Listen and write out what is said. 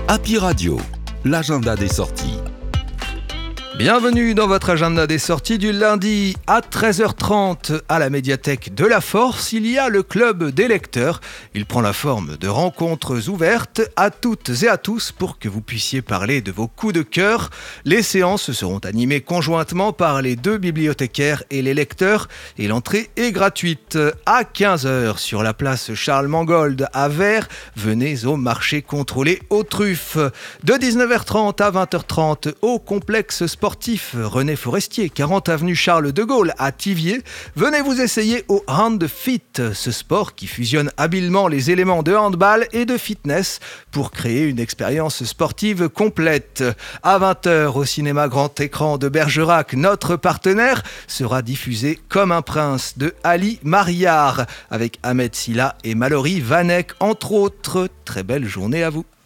Happy Radio, l'agenda des sorties. Bienvenue dans votre agenda des sorties du lundi à 13h30 à la médiathèque de la Force. Il y a le club des lecteurs. Il prend la forme de rencontres ouvertes à toutes et à tous pour que vous puissiez parler de vos coups de cœur. Les séances seront animées conjointement par les deux bibliothécaires et les lecteurs et l'entrée est gratuite. À 15h sur la place Charles Mangold à Vert, venez au marché contrôlé aux truffes. De 19h30 à 20h30 au complexe sportif René Forestier, 40 avenue Charles de Gaulle à Thiviers. Venez vous essayer au Hand Fit, ce sport qui fusionne habilement les éléments de handball et de fitness pour créer une expérience sportive complète. À 20h au cinéma grand écran de Bergerac, notre partenaire, sera diffusé Comme un prince de Ali Mariard avec Ahmed Silla et Mallory Vanek entre autres. Très belle journée à vous.